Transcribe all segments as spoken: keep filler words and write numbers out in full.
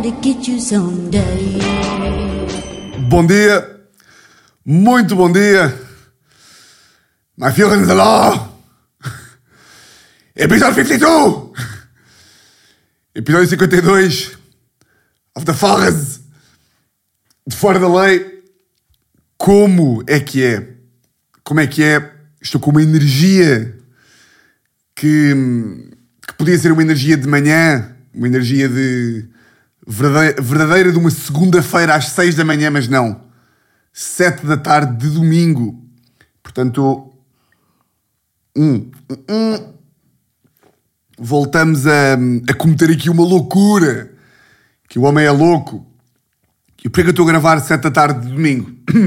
to get you someday. Bom dia, muito bom dia, my feelings the law. Episódio cinquenta e dois, episódio cinquenta e dois of the Forest, de Fora da Lei. Como é que é? Como é que é? Estou com uma energia que, que podia ser uma energia de manhã, uma energia de verdadeira, verdadeira de uma segunda-feira às seis da manhã, mas não. Sete da tarde de domingo. Portanto, hum, hum, voltamos a, a cometer aqui uma loucura. Que o homem é louco. E porquê que eu estou a gravar sete da tarde de domingo?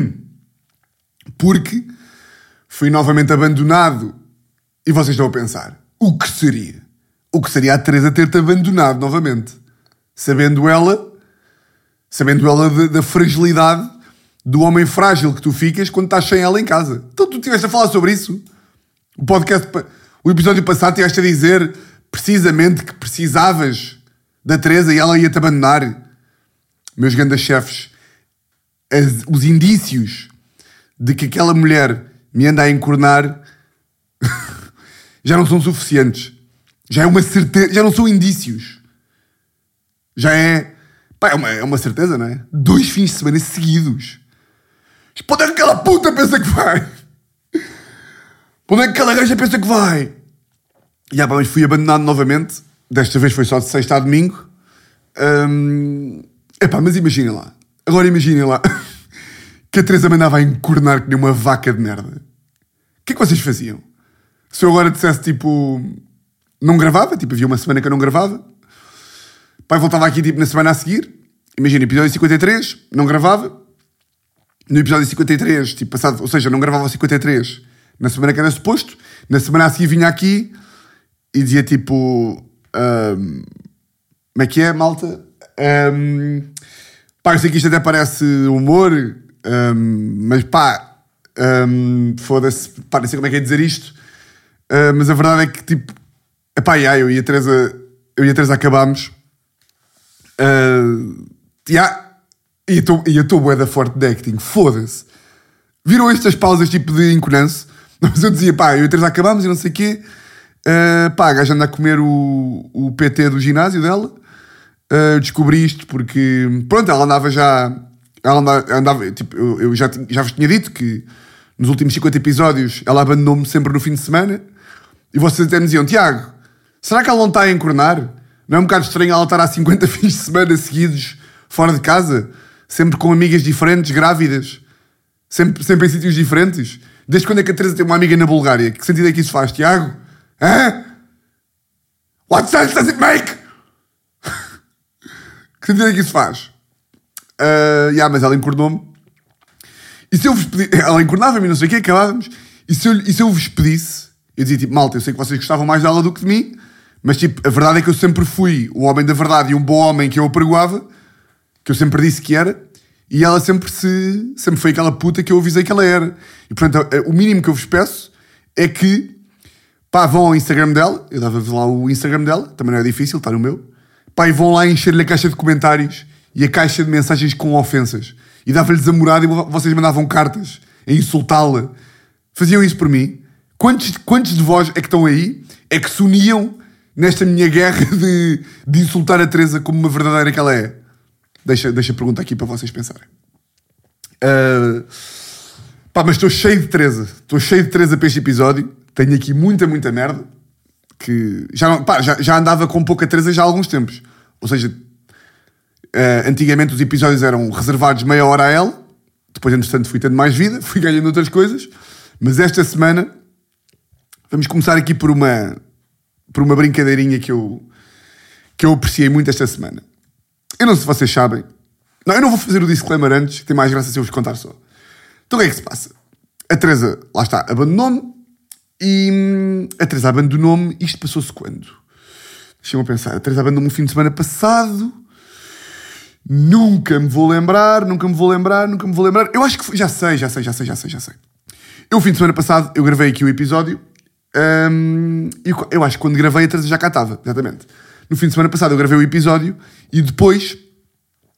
Porque fui novamente abandonado. E vocês estão a pensar, o que seria? O que seria a Teresa ter-te abandonado novamente? Sabendo ela, sabendo ela da, da fragilidade do homem frágil que tu ficas quando estás sem ela em casa. Então tu estiveste a falar sobre isso. O podcast, o episódio passado estiveste a dizer precisamente que precisavas da Teresa e ela ia-te abandonar. Meus grandes chefes, as, os indícios de que aquela mulher me anda a encornar já não são suficientes. Já é uma certeza, já não são indícios. Já é... Pá, é uma, é uma certeza, não é? Dois fins de semana seguidos. Para onde é que aquela puta pensa que vai? Para onde é que aquela gaja pensa que vai? E ah, pá, mas fui abandonado novamente. Desta vez foi só de sexta a domingo. Hum... Epá, mas imaginem lá. Agora imaginem lá. Que a Teresa mandava a encornar que nem uma vaca de merda. O que é que vocês faziam? Se eu agora dissesse, tipo... Não gravava, tipo, havia uma semana que eu não gravava. Pai, voltava aqui, tipo, na semana a seguir. Imagina, episódio cinquenta e três, não gravava. No episódio cinquenta e três, tipo, passado... Ou seja, não gravava o cinquenta e três na semana que era suposto. Na semana a seguir vinha aqui e dizia, tipo... Um, como é que é, malta? Um, pá, eu sei que isto até parece humor, um, mas pá, um, foda-se, pá, não sei como é que é dizer isto, uh, mas a verdade é que, tipo, epá, yeah, eu e a Teresa, eu e a Teresa acabámos, uh, yeah, e eu estou bué da forte de acting, foda-se. Viram estas pausas, tipo, de inconance? Mas eu dizia, pá, eu e a Teresa acabámos e não sei o quê, uh, pá, a gaja anda a comer o, o P T do ginásio dela. Uh, descobri isto porque, pronto, ela andava já, ela andava, andava tipo, eu, eu já, já vos tinha dito que nos últimos cinquenta episódios ela abandonou-me sempre no fim de semana e vocês até me diziam, Tiago, será que ela não está a encornar? Não é um bocado estranho ela estar há cinquenta fins de semana seguidos fora de casa, sempre com amigas diferentes, grávidas, sempre, sempre em sítios diferentes? Desde quando é que a Teresa tem uma amiga na Bulgária? Que sentido é que isso faz, Tiago? Hã? What sense does it make? Que sentido é que isso faz? Uh, yeah, mas ela encornou-me. E se eu vos pedisse... Ela encornava-me e não sei o quê, acabávamos. E se, eu, e se eu vos pedisse... Eu dizia, tipo, malta, eu sei que vocês gostavam mais dela do que de mim, mas, tipo, a verdade é que eu sempre fui o homem da verdade e um bom homem que eu apregoava, que eu sempre disse que era, e ela sempre se... Sempre foi aquela puta que eu avisei que ela era. E, portanto, o mínimo que eu vos peço é que, pá, vão ao Instagram dela. Eu dava-vos lá o Instagram dela. Também não é difícil, está no meu. Pá, e vão lá encher-lhe a caixa de comentários e a caixa de mensagens com ofensas. E dava-lhes a morada e vocês mandavam cartas a insultá-la. Faziam isso por mim. Quantos, quantos de vós é que estão aí, é que se uniam nesta minha guerra de, de insultar a Teresa como uma verdadeira que ela é? Deixa, deixa a pergunta aqui para vocês pensarem. Uh, pá, mas estou cheio de Teresa. Estou cheio de Teresa para este episódio. Tenho aqui muita, muita merda. Que já, não, pá, já, já andava com pouca Teresa já há alguns tempos. Ou seja, uh, antigamente os episódios eram reservados meia hora a ela. Depois, entretanto, fui tendo mais vida, fui ganhando outras coisas. Mas esta semana vamos começar aqui por uma, por uma brincadeirinha que eu, que eu apreciei muito esta semana. Eu não sei se vocês sabem. Não, eu não vou fazer o disclaimer antes, que tem mais graça se eu vos contar só. Então o que é que se passa? A Teresa, lá está, abandonou-me. E a Teresa abandonou-me. Isto passou-se quando? Deixa-me pensar. A Teresa abandonou-me no fim de semana passado. Nunca me vou lembrar, nunca me vou lembrar, nunca me vou lembrar. Eu acho que foi, já sei, já sei, já sei, já sei, já sei. Eu, fim de semana passado, eu gravei aqui o episódio. Um, e eu acho que quando gravei a Teresa já cá estava, exatamente. No fim de semana passado eu gravei o episódio e depois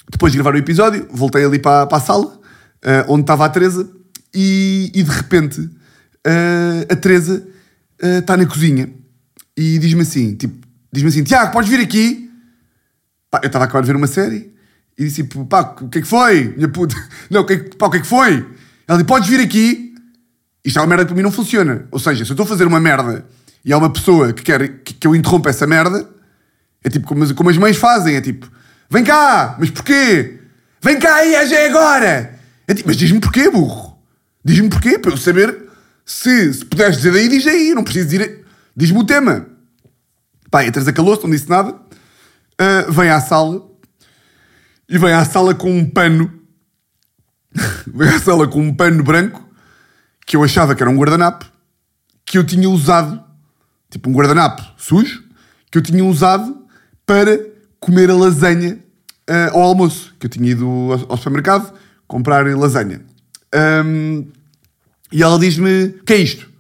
Depois de gravar o episódio, voltei ali para, para a sala, uh, onde estava a Teresa, e, e de repente uh, a Teresa uh, está na cozinha e diz-me assim, tipo, diz-me assim, Tiago, podes vir aqui? Pá, eu estava a acabar de ver uma série e disse, tipo, pá, o que é que foi? Minha puta, não, o que é que, pá, o que é que foi? Ela disse, podes vir aqui? Isto é uma merda que para mim não funciona. Ou seja, se eu estou a fazer uma merda e há uma pessoa que quer que, que eu interrompa essa merda, é tipo como, como as mães fazem, é tipo, vem cá, mas porquê? Vem cá aí, já é agora! É tipo, mas diz-me porquê, burro? Diz-me porquê, para eu saber se, se puderes dizer daí, diz aí, não preciso dizer, diz-me o tema. Pá, a Teresa calou-se, não disse nada, uh, vem à sala e vem à sala com um pano, vem à sala com um pano branco, que eu achava que era um guardanapo, que eu tinha usado, tipo um guardanapo sujo, que eu tinha usado para comer a lasanha uh, ao almoço, que eu tinha ido ao, ao supermercado comprar lasanha. Um, e ela diz-me, o que é isto?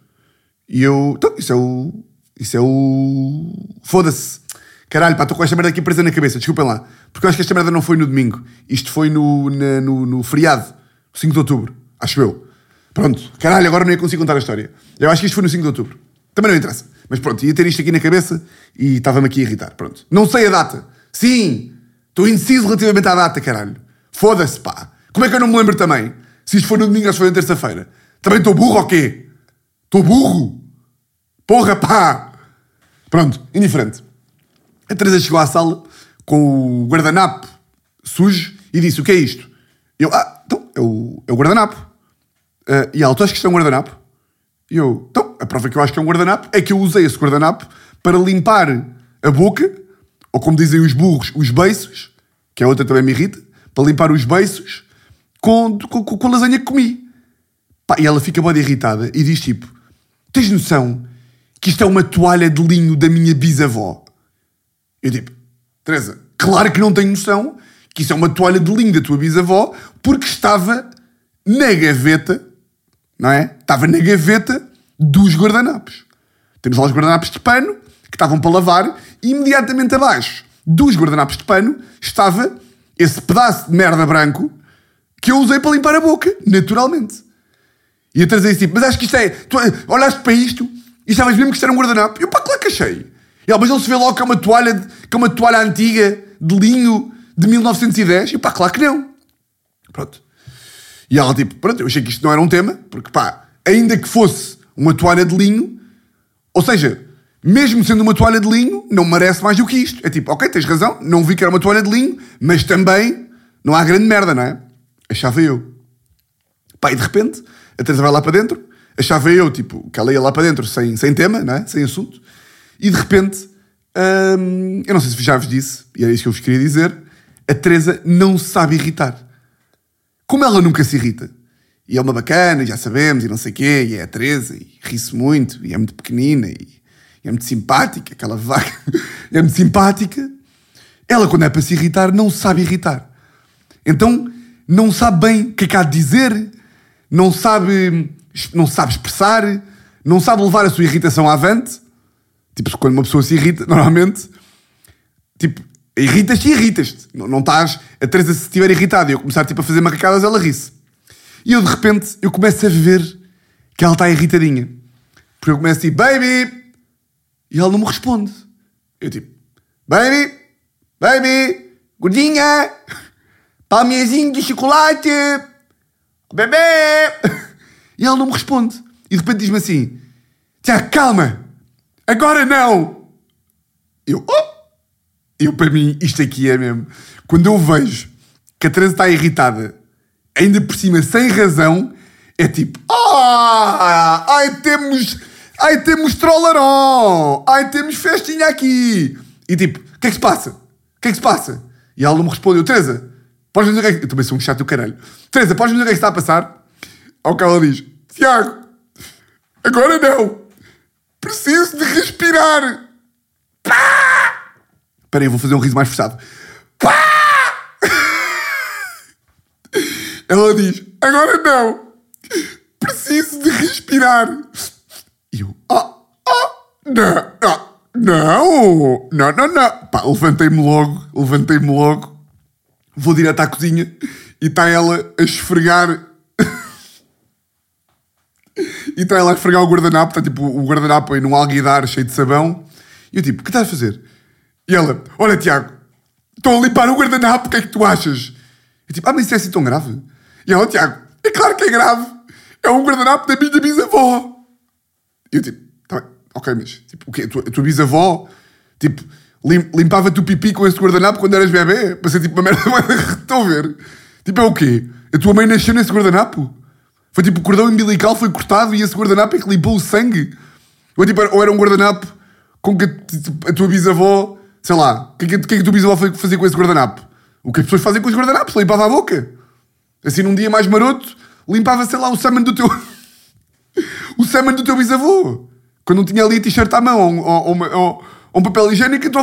E eu, então, isso é o... Isso é o... Foda-se. Caralho, pá, estou com esta merda aqui presa na cabeça, desculpem lá. Porque eu acho que esta merda não foi no domingo. Isto foi no, na, no, no feriado, cinco de outubro, acho eu. Pronto, caralho, agora não ia conseguir contar a história. Eu acho que isto foi no cinco de outubro. Também não interessa. Mas pronto, ia ter isto aqui na cabeça e estava-me aqui a irritar. Pronto. Não sei a data. Sim, estou indeciso relativamente à data, caralho. Foda-se, pá. Como é que eu não me lembro também? Se isto foi no domingo ou se foi na terça-feira. Também estou burro ou quê? Estou burro? Porra, pá. Pronto, indiferente. A Teresa chegou à sala com o guardanapo sujo e disse, o que é isto? E eu, ah, então, é o, é o guardanapo. Uh, e ela, tu achas que isto é um guardanapo? E eu, então, a prova que eu acho que é um guardanapo é que eu usei esse guardanapo para limpar a boca, ou como dizem os burros, os beiços, que a outra também me irrita, para limpar os beiços com, com, com a lasanha que comi. Pá, e ela fica bem irritada e diz tipo, tens noção que isto é uma toalha de linho da minha bisavó? Eu tipo, Teresa, claro que não tenho noção que isso é uma toalha de linho da tua bisavó, porque estava na gaveta, não é? Estava na gaveta dos guardanapos. Temos lá os guardanapos de pano, que estavam para lavar, e imediatamente abaixo dos guardanapos de pano estava esse pedaço de merda branco que eu usei para limpar a boca, naturalmente. E eu trazia tipo, mas acho que isto é... Tu olhaste para isto e estavas mesmo que isto era um guardanapo? E eu, pá, claro que achei. E ela, mas ele se vê logo que é uma toalha, de, que é uma toalha antiga, de linho, de mil novecentos e dez. E eu, pá, claro que não. Pronto. E ela tipo, pronto, eu achei que isto não era um tema, porque pá, ainda que fosse uma toalha de linho, ou seja, mesmo sendo uma toalha de linho, não merece mais do que isto. É tipo, ok, tens razão, não vi que era uma toalha de linho, mas também não há grande merda, não é? Achava eu. Pá, e de repente, a Teresa vai lá para dentro, achava eu, tipo, que ela ia lá para dentro sem, sem tema, não é? Sem assunto, e de repente, hum, eu não sei se já vos disse, e era isso que eu vos queria dizer, a Teresa não se sabe irritar. Como ela nunca se irrita, e é uma bacana, já sabemos, e não sei o quê, e é a Teresa, e ri-se muito, e é muito pequenina, e, e é muito simpática, aquela vaca, é muito simpática, ela quando é para se irritar, não se sabe irritar. Então, não sabe bem o que é que há de dizer, não sabe, não sabe expressar, não sabe levar a sua irritação avante. Tipo, quando uma pessoa se irrita, normalmente, tipo, irritas-te e irritas-te. Não, não estás... A Teresa, se estiver irritada e eu começar tipo, a fazer macacadas, ela ri-se. E eu, de repente, eu começo a ver que ela está irritadinha. Porque eu começo a dizer, baby! E ela não me responde. Eu tipo, baby! Baby! Gordinha! Palmezinho de chocolate! Bebê! E ela não me responde. E de repente diz-me assim, Tiago, calma! Agora não! Eu, oh! Eu, para mim, isto aqui é mesmo. Quando eu vejo que a Teresa está irritada, ainda por cima, sem razão, é tipo, ah, ai, temos, ai, temos trollarão, ai, temos festinha aqui. E tipo, o que é que se passa? O que é que se passa? E ela não me responde. Eu, Teresa, podes dizer o que é que... Eu também sou um chato do caralho. Teresa, podes dizer o que é que está a passar? Ao que ela diz, Tiago, agora não. Preciso de respirar. Pá! Espera aí, eu vou fazer um riso mais forçado. Pá! Ela diz, agora não. Preciso de respirar. E eu, ah, ah, não, não, não, não, não, não. Pá, levantei-me logo, levantei-me logo. vou direto à cozinha e está ela a esfregar... e está ela a esfregar o guardanapo, está tipo o guardanapo aí num alguidar cheio de sabão. E eu tipo, o que estás a fazer? E ela, olha Tiago, estou a limpar o guardanapo, o que é que tu achas? Eu tipo, ah, mas isso é assim tão grave? E ela, Tiago, é claro que é grave. É um guardanapo da minha bisavó. E eu tipo, tá bem, ok, mas tipo, o quê? A tua, a tua bisavó, tipo, lim, limpava-te o pipi com esse guardanapo quando eras bebê? Para ser tipo uma merda, estão a ver? Tipo, é o quê? A tua mãe nasceu nesse guardanapo? Foi tipo, o cordão umbilical foi cortado e esse guardanapo é que limpou o sangue? Ou, tipo, ou era um guardanapo com que a, a tua bisavó, sei lá, o que, que, que é que a tua bisavó foi fazer com esse guardanapo? O que as pessoas fazem com os guardanapos? Limpava a boca. Assim, num dia mais maroto, limpava, sei lá, o sêmen do teu... o sêmen do teu bisavô. Quando não tinha ali a t-shirt à mão, ou, ou, ou, uma, ou, ou um papel higiênico, então...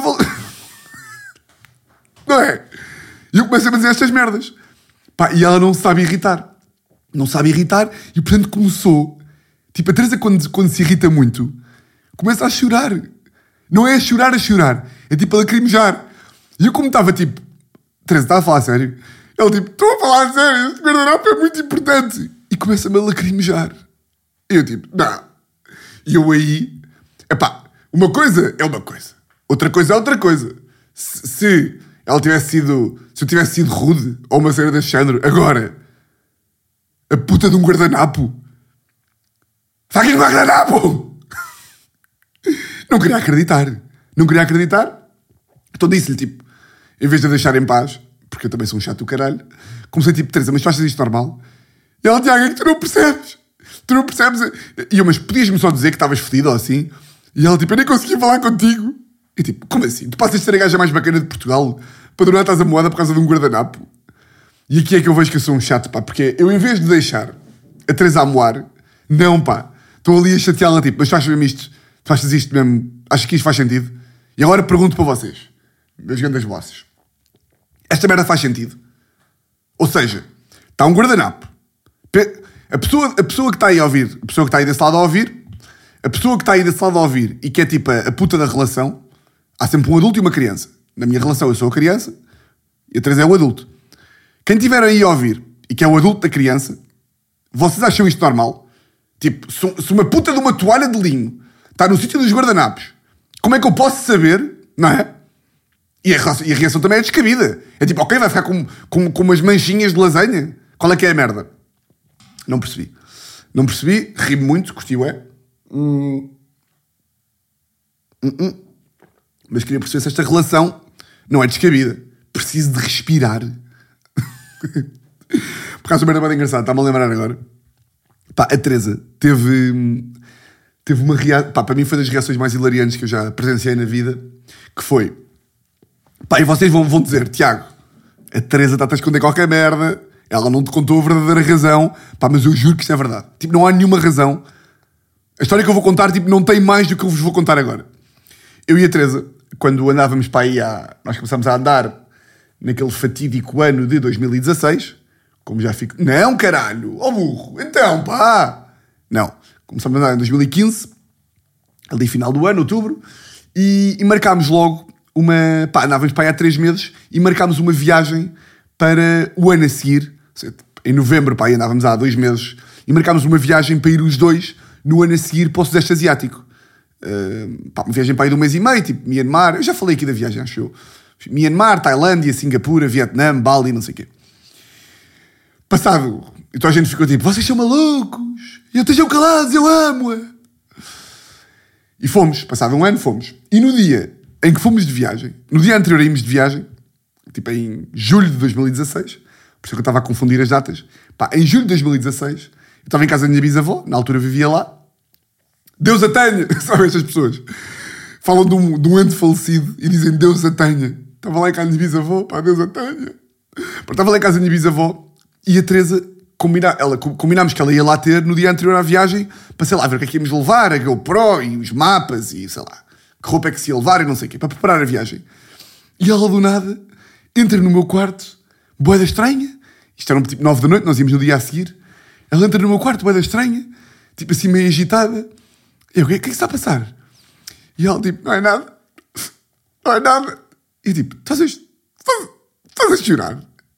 Não é? E eu comecei a dizer estas merdas. Pá, e ela não se sabe irritar. Não sabe irritar e, portanto, começou... Tipo, a Teresa, quando, quando se irrita muito, começa a chorar. Não é a chorar a chorar. É tipo a lacrimejar. E eu, como estava, tipo... Teresa, está a falar a sério? Ele, tipo, estou a falar a sério. Este guardanapo é muito importante. E começa-me a lacrimejar. E eu, tipo, não. E eu aí... Epá, uma coisa é uma coisa. Outra coisa é outra coisa. Se, se ela tivesse sido... Se eu tivesse sido rude, ou uma cena desse género, agora... A puta de um guardanapo. Está aqui um guardanapo! Não queria acreditar. Não queria acreditar. Então disse-lhe, tipo, em vez de a deixar em paz, porque eu também sou um chato do caralho, comecei tipo, Teresa, mas tu achas isto normal? E ela, Tiago, é que tu não percebes. Tu não percebes. E eu, mas podias-me só dizer que estavas fedido ou assim? E ela, tipo, eu nem conseguia falar contigo. E tipo, como assim? Tu passas de ser a gaja mais bacana de Portugal para durar estás a moeda por causa de um guardanapo? E aqui é que eu vejo que eu sou um chato, pá, porque eu, em vez de deixar a Teresa a moar, não, pá, estou ali a chateá-la, tipo, mas tu achas mesmo isto? Tu achas isto mesmo? Achas que isto faz sentido? E agora pergunto para vocês, meus grandes vozes, esta merda faz sentido? Ou seja, está um guardanapo, a pessoa, a pessoa que está aí a ouvir, a pessoa que está aí desse lado a ouvir, a pessoa que está aí desse lado a ouvir e que é tipo a, a puta da relação, há sempre um adulto e uma criança. Na minha relação eu sou a criança e a Teresa é o adulto. Quem estiver aí a ouvir e que é o adulto da criança, vocês acham isto normal? Tipo, se uma puta de uma toalha de linho está no sítio dos guardanapos, como é que eu posso saber, não é? E a reação, e a reação também é descabida. É tipo, ok, vai ficar com, com, com umas manchinhas de lasanha? Qual é que é a merda? Não percebi. Não percebi, ri muito, curti é. Hum. Hum, hum. Mas queria perceber se esta relação não é descabida. Preciso de respirar. Por causa de uma merda bem engraçada, está-me a lembrar agora. Pá, a Teresa teve, teve uma reação, pá, para mim foi das reações mais hilariantes que eu já presenciei na vida, que foi, pá, e vocês vão, vão dizer, Tiago, a Teresa está-te a esconder qualquer merda, ela não te contou a verdadeira razão, pá, mas eu juro que isto é verdade. Tipo, não há nenhuma razão. A história que eu vou contar, tipo, não tem mais do que eu vos vou contar agora. Eu e a Teresa, quando andávamos para aí, a, nós começámos a andar naquele fatídico ano de dois mil e dezasseis, como já fico... Não, caralho! Ó oh, burro! Então, pá! Não. Começámos a andar em dois mil e quinze, ali final do ano, outubro, e, e marcámos logo uma... Pá, andávamos para aí há três meses e marcámos uma viagem para o ano a seguir. Seja, em novembro, pá, aí andávamos há dois meses, e marcámos uma viagem para ir os dois no ano a seguir para o Sudeste Asiático. Uh, pá, uma viagem para aí de um mês e meio, tipo Myanmar. Eu já falei aqui da viagem, acho eu. Myanmar, Tailândia, Singapura, Vietnã, Bali, não sei o quê. Passado, então a gente ficou tipo, vocês são malucos, e eu estejam calados, eu amo-a. E fomos, passado um ano fomos. E no dia em que fomos de viagem, no dia anterior a irmos de viagem, tipo em julho de dois mil e dezasseis, por isso que eu estava a confundir as datas, pá, em julho de dois mil e dezasseis, eu estava em casa da minha bisavó, na altura vivia lá, Deus a tenha, sabem estas pessoas? Falam de um, de um ente falecido e dizem Deus a tenha. Estava lá em casa da minha bisavó, pá, Deus a tenha. Estava lá em casa da minha bisavó e a Teresa, combina, ela, combinámos que ela ia lá ter no dia anterior à viagem para, sei lá, ver o que é que íamos levar, a GoPro e os mapas e, sei lá, que roupa é que se ia levar e não sei o quê, para preparar a viagem. E ela, do nada, entra no meu quarto, boeda estranha, isto era um tipo nove da noite, nós íamos no dia a seguir, ela entra no meu quarto, boeda estranha, tipo assim meio agitada. Eu, o que é que está a passar? E ela, tipo, não é nada. Não é nada. E eu, tipo, estás a, estás, estás a chorar?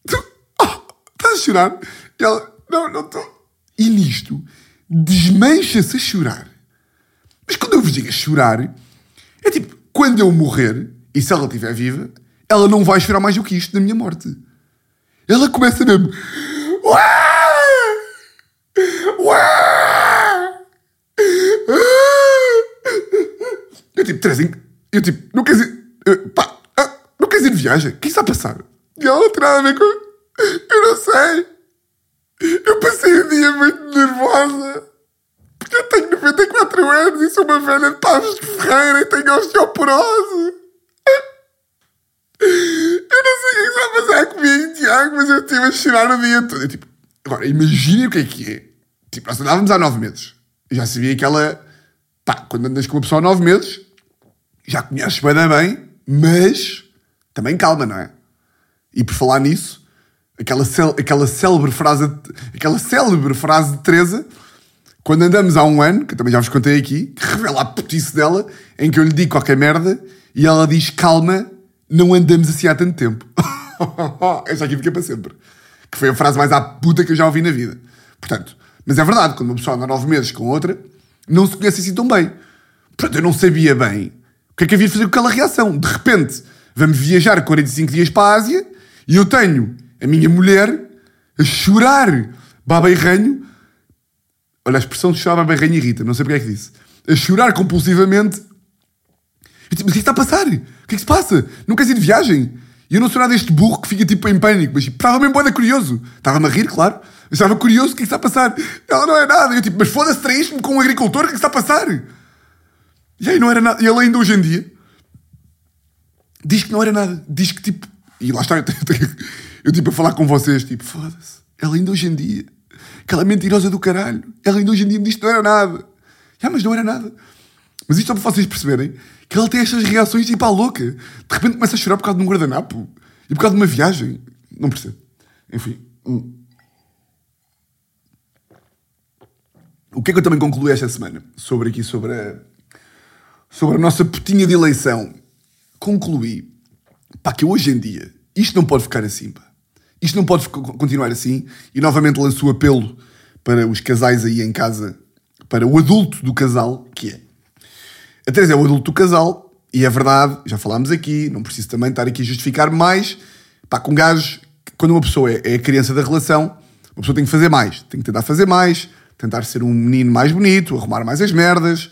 a chorar. E ela, não, não estou. E nisto, desmancha-se a chorar. Mas quando eu vos digo a chorar, é tipo, quando eu morrer, e se ela estiver viva, ela não vai chorar mais do que isto na minha morte. Ela começa mesmo... Uá! Uá! Eu tipo, Teresa, eu tipo, não queres ir... Eu, pá, não queres ir de viagem? O que está a passar? E ela não tem nada a ver com... Eu não sei. Eu passei um dia muito nervosa. Porque eu tenho noventa e quatro anos e sou uma velha de Paves de Ferreira e tenho osteoporose. Eu não sei o que está a passar comigo, Tiago, mas eu estive a chorar o dia todo. Eu, tipo, agora, imaginem o que é que é. Tipo, nós andávamos há nove meses. Eu já sabia que ela... Pá, quando andas com uma pessoa há nove meses, já conheces bem, bem, mas também calma, não é? E por falar nisso, aquela, cel, aquela célebre frase, aquela célebre frase de Teresa, quando andamos há um ano, que eu também já vos contei aqui, que revela a putice dela, em que eu lhe digo qualquer merda e ela diz, calma, não andamos assim há tanto tempo. Esta aqui fica para sempre. Que foi a frase mais à puta que eu já ouvi na vida. Portanto, mas é verdade, quando uma pessoa anda há nove meses com outra, não se conhece assim tão bem. Portanto, eu não sabia bem o que é que havia de fazer com aquela reação. De repente, vamos viajar quarenta e cinco dias para a Ásia e eu tenho a minha mulher a chorar baba e ranho. Olha, a expressão de chorar baba e ranho irrita, não sei porque é que disse. A chorar compulsivamente. Eu tipo, mas o que é que está a passar? O que é que se passa? Não queres ir de viagem? E eu não sou nada deste burro que fica tipo em pânico, mas tipo, estava mesmo boeda curioso. Estava-me a rir, claro. Eu estava curioso, o que é que está a passar? Ela não é nada. E eu tipo, mas foda-se, traíste-me com um agricultor, o que é que está a passar? E aí não era nada. E ele ainda hoje em dia diz que não era nada. Diz que tipo... E lá está, eu, eu, eu tipo a falar com vocês, tipo, foda-se. Ela ainda hoje em dia... Aquela mentirosa do caralho. Ela ainda hoje em dia me diz que não era nada. Ah, mas não era nada. Mas isto só para vocês perceberem que ela tem estas reações tipo à louca. De repente começa a chorar por causa de um guardanapo. E por causa de uma viagem. Não percebo. Enfim. Hum. O que é que eu também concluí esta semana? Sobre aqui, sobre a... Sobre a nossa putinha de eleição. Concluí. Pá, que hoje em dia... Isto não pode ficar assim, pá. Isto não pode continuar assim. E novamente lanço o apelo para os casais aí em casa. Para o adulto do casal, que é... A Teresa é o adulto do casal, e é verdade, já falámos aqui, não preciso também estar aqui a justificar mais. Pá, com um gajo, quando uma pessoa é, é a criança da relação, uma pessoa tem que fazer mais. Tem que tentar fazer mais, tentar ser um menino mais bonito, arrumar mais as merdas,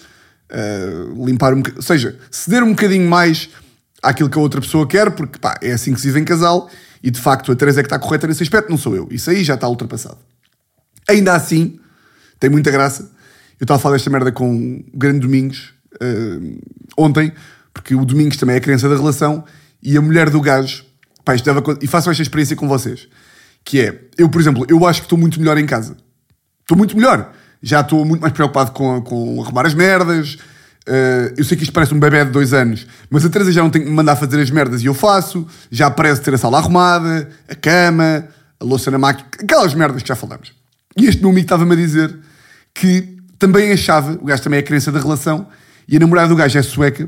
uh, limpar um bocadinho, ou seja, ceder um bocadinho mais àquilo que a outra pessoa quer, porque pá, é assim que se vive em casal, e de facto a Teresa é que está correta nesse aspecto, não sou eu. Isso aí já está ultrapassado. Ainda assim, tem muita graça. Eu estava a falar desta merda com o grande Domingos, Uh, ontem, porque o Domingos também é a criança da relação e a mulher do gajo, pá, isto dava, e faço esta experiência com vocês, que é, eu por exemplo, eu acho que estou muito melhor em casa, estou muito melhor, já estou muito mais preocupado com, com arrumar as merdas, uh, eu sei que isto parece um bebé de dois anos, mas a Teresa já não tem que me mandar fazer as merdas e eu faço, já parece ter a sala arrumada, a cama, a louça na máquina, aquelas merdas que já falamos. E este meu amigo estava-me a dizer que também achava, o gajo também é a criança da relação, e a namorada do gajo é sueca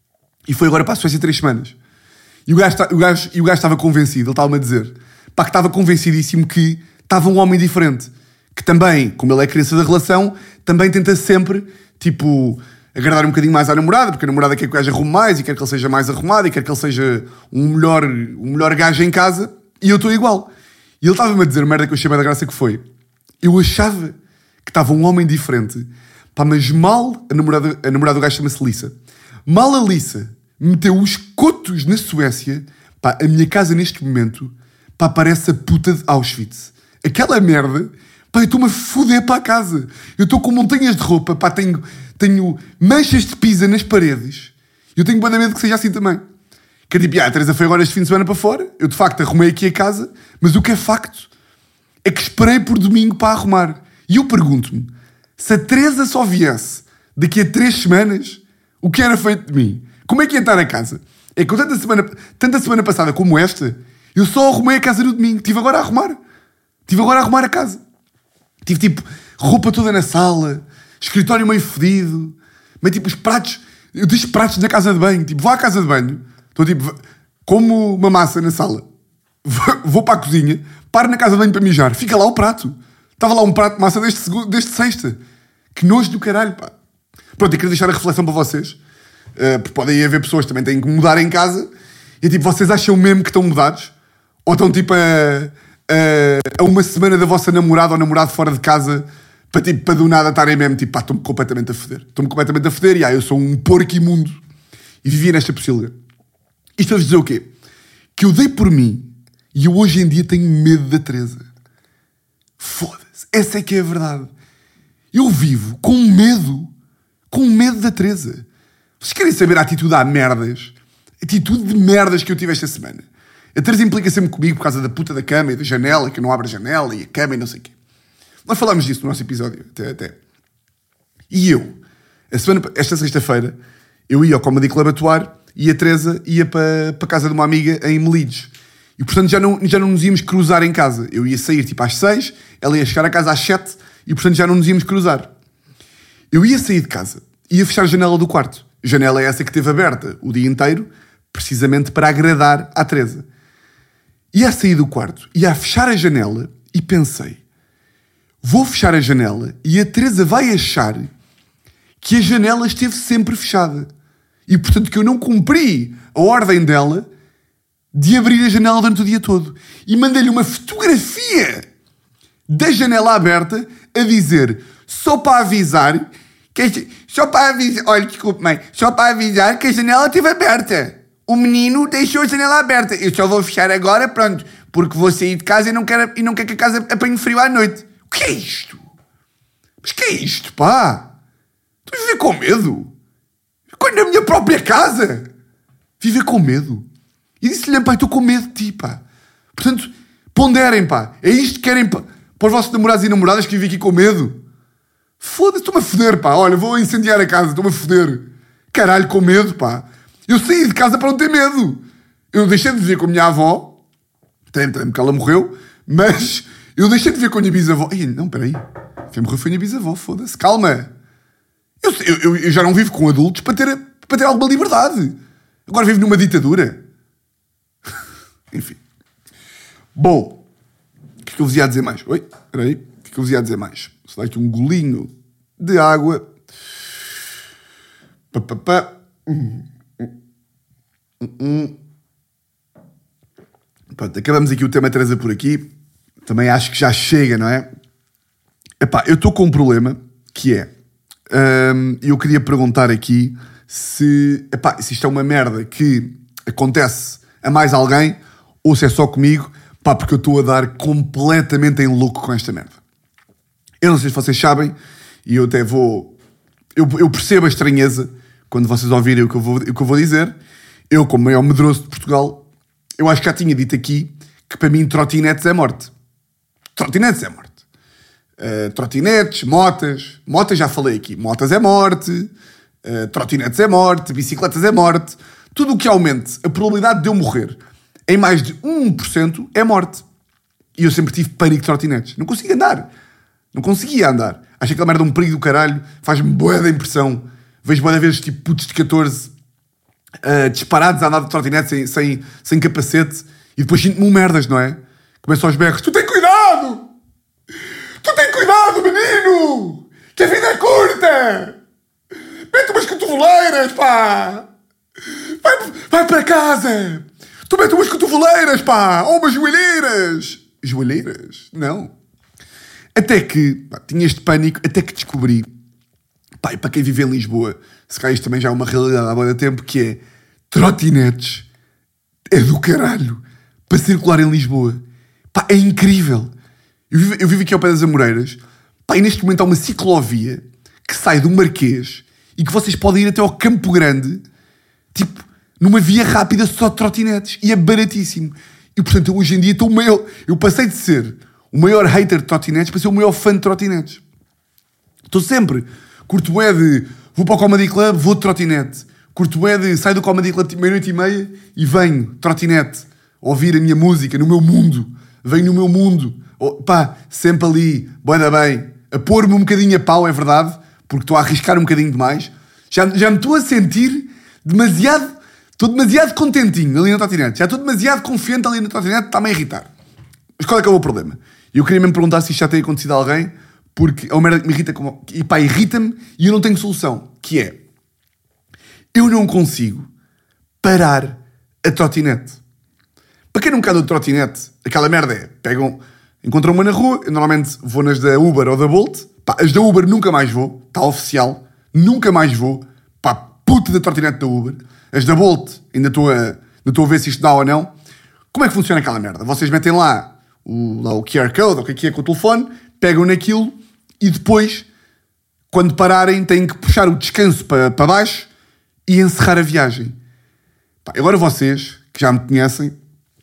e foi agora para a Suécia três semanas. E o gajo, o gajo, e o gajo estava convencido, ele estava-me a dizer, pá, que estava convencidíssimo que estava um homem diferente. Que também, como ele é a criança da relação, também tenta sempre, tipo, agradar um bocadinho mais à namorada, porque a namorada quer que o gajo arrume mais e quer que ele seja mais arrumado e quer que ele seja um melhor, um melhor gajo em casa. E eu estou igual. E ele estava-me a dizer, merda que eu achei da graça que foi. Eu achava que estava um homem diferente. Pá, mas mal a namorada, a namorada do gajo chama-se Lissa. Mal a Lissa meteu os cotos na Suécia, pá, a minha casa neste momento, pá, parece a puta de Auschwitz. Aquela merda, pá, eu estou-me a foder para a casa. Eu estou com montanhas de roupa, pá, tenho, tenho manchas de pizza nas paredes. Eu tenho bem medo que seja assim também. Que é tipo, ah, a Teresa foi agora este fim de semana para fora, eu de facto arrumei aqui a casa, mas o que é facto é que esperei por domingo para arrumar. E eu pergunto-me, se a Teresa só viesse daqui a três semanas, o que era feito de mim? Como é que ia estar a casa? É que com tanta semana, tanta semana passada como esta, eu só arrumei a casa no domingo. Estive agora a arrumar. Estive agora a arrumar a casa. Tive tipo roupa toda na sala, escritório meio fedido, meio tipo os pratos. Eu deixo pratos na casa de banho. Tipo, vou à casa de banho, estou tipo, como uma massa na sala. vou, vou para a cozinha, paro na casa de banho para mijar, fica lá o prato. Estava lá um prato de massa desde, segundo, desde sexta. Que nojo do caralho, pá. Pronto, eu queria deixar a reflexão para vocês, uh, porque podem haver pessoas que também têm que mudar em casa, e é tipo, vocês acham mesmo que estão mudados? Ou estão tipo a, a, a uma semana da vossa namorada ou namorado fora de casa, para tipo, para do nada estarem mesmo, tipo, pá, estou-me completamente a foder. Estou-me completamente a foder, e ah, eu sou um porco imundo. E vivia nesta pocilga. Isto para vos dizer o quê? Que eu dei por mim, e eu hoje em dia tenho medo da Teresa. Foda-se. Essa é que é a verdade. Eu vivo com medo, com medo da Teresa. Vocês querem saber a atitude a merdas? A atitude de merdas que eu tive esta semana. A Teresa implica sempre comigo por causa da puta da cama e da janela, que eu não abro a janela e a cama e não sei o quê. Nós falámos disso no nosso episódio, até. até. E eu, a semana, esta sexta-feira, eu ia ao Comedy Club atuar e a Teresa ia para, para a casa de uma amiga em Melides. E, portanto, já não, já não nos íamos cruzar em casa. Eu ia sair, tipo, às seis, ela ia chegar a casa às sete e, portanto, já não nos íamos cruzar. Eu ia sair de casa, ia fechar a janela do quarto. Janela é essa que teve aberta o dia inteiro, precisamente para agradar à Teresa. Ia sair do quarto, ia fechar a janela e pensei, vou fechar a janela e a Teresa vai achar que a janela esteve sempre fechada. E, portanto, que eu não cumpri a ordem dela de abrir a janela durante o dia todo. E mandei-lhe uma fotografia da janela aberta a dizer, só para avisar, que a, só para avisar, olha, desculpe, mãe, só para avisar que a janela esteve aberta. O menino deixou a janela aberta. Eu só vou fechar agora, pronto, porque vou sair de casa e não quero, e não quero que a casa apanhe frio à noite. O que é isto? Mas que é isto, pá? Estou a viver com medo? Quando na minha própria casa? Viver com medo? E disse-lhe, pá, estou com medo de ti, pá. Portanto, ponderem, pá. É isto que querem, pá, para os vossos namorados e namoradas que vivem aqui com medo? Foda-se, estou-me a foder, pá. Olha, vou incendiar a casa, estou-me a foder. Caralho, com medo, pá. Eu saí de casa para não ter medo. Eu deixei de viver com a minha avó, até porque ela morreu, mas eu deixei de viver com a minha bisavó. Ai, não, peraí. Quem morreu foi a minha bisavó, foda-se. Calma. Eu, eu, eu já não vivo com adultos para ter, para ter alguma liberdade. Agora vivo numa ditadura. Enfim. Bom, o que é que eu vos ia dizer mais? Oi, espera aí. O que é que eu vos ia dizer mais? Só dá aqui um golinho de água. Pá, pá, pá. Hum, hum, hum. Pronto, acabamos aqui o tema Teresa por aqui. Também acho que já chega, não é? Epá, eu estou com um problema que é... Hum, eu queria perguntar aqui se, epá, se isto é uma merda que acontece a mais alguém ou se é só comigo, pá, porque eu estou a dar completamente em louco com esta merda. Eu não sei se vocês sabem, e eu até vou... Eu, eu percebo a estranheza quando vocês ouvirem o que, eu vou, o que eu vou dizer. Eu, como maior medroso de Portugal, eu acho que já tinha dito aqui que para mim trotinetes é morte. Trotinetes é morte. Uh, trotinetes, motas... Motas já falei aqui. Motas é morte. Uh, trotinetes é morte. Bicicletas é morte. Tudo o que aumente a probabilidade de eu morrer em mais de um por cento é morte. E eu sempre tive pânico de trotinetes. Não conseguia andar. Não conseguia andar. Acho que aquela merda é um perigo do caralho. Faz-me bué da impressão. Vejo bué de vezes tipo putos de catorze uh, disparados a andar de trotinetes sem, sem, sem capacete. E depois sinto-me um merdas, não é? Começam aos berros. Tu tem cuidado! Tu tem cuidado, menino! Que a vida é curta! Mete umas cotoveleiras, pá! Vai, vai para casa! Tu mete umas cotoveleiras, pá! Ou umas joelheiras! Joelheiras? Não. Até que, pá, tinha este pânico, até que descobri, pá, e para quem vive em Lisboa, se calhar isto também já é uma realidade há muito tempo, que é trotinetes é do caralho para circular em Lisboa. Pá, é incrível. Eu vivo, eu vivo aqui ao pé das Amoreiras, pá, e neste momento há uma ciclovia que sai do Marquês e que vocês podem ir até ao Campo Grande, tipo, numa via rápida só de trotinetes. E é baratíssimo. E, portanto, eu hoje em dia estou o maior... Eu passei de ser o maior hater de trotinetes para ser o maior fã de trotinetes. Estou sempre... Curto bué de... Vou para o Comedy Club, vou de trotinete. Curto bué de... Saio do Comedy Club tipo meia-noite e meia e venho, trotinete, ouvir a minha música no meu mundo. Venho no meu mundo. Oh, pá, sempre ali, bué da bem. A pôr-me um bocadinho a pau, é verdade, porque estou a arriscar um bocadinho demais. Já, já me estou a sentir demasiado... Estou demasiado contentinho ali na trotinete. Já estou demasiado confiante ali na trotinete, está-me a irritar. Mas qual é que é o meu problema? E eu queria mesmo perguntar se isto já tem acontecido a alguém, porque é uma merda que me irrita, como... e pá, irrita-me e eu não tenho solução, que é, eu não consigo parar a trotinete. Para quem nunca andou de trotinete, aquela merda é, pegam, encontram uma na rua, eu normalmente vou nas da Uber ou da Bolt, pá, as da Uber nunca mais vou, está oficial, nunca mais vou, pá, puta da trotinete da Uber. As da Bolt, ainda estou a, ainda estou a ver se isto dá ou não. Como é que funciona aquela merda? Vocês metem lá o, lá o Q R Code, ou o que é que é com o telefone, pegam naquilo e depois, quando pararem, têm que puxar o descanso para, para baixo e encerrar a viagem. Pá, agora vocês, que já me conhecem,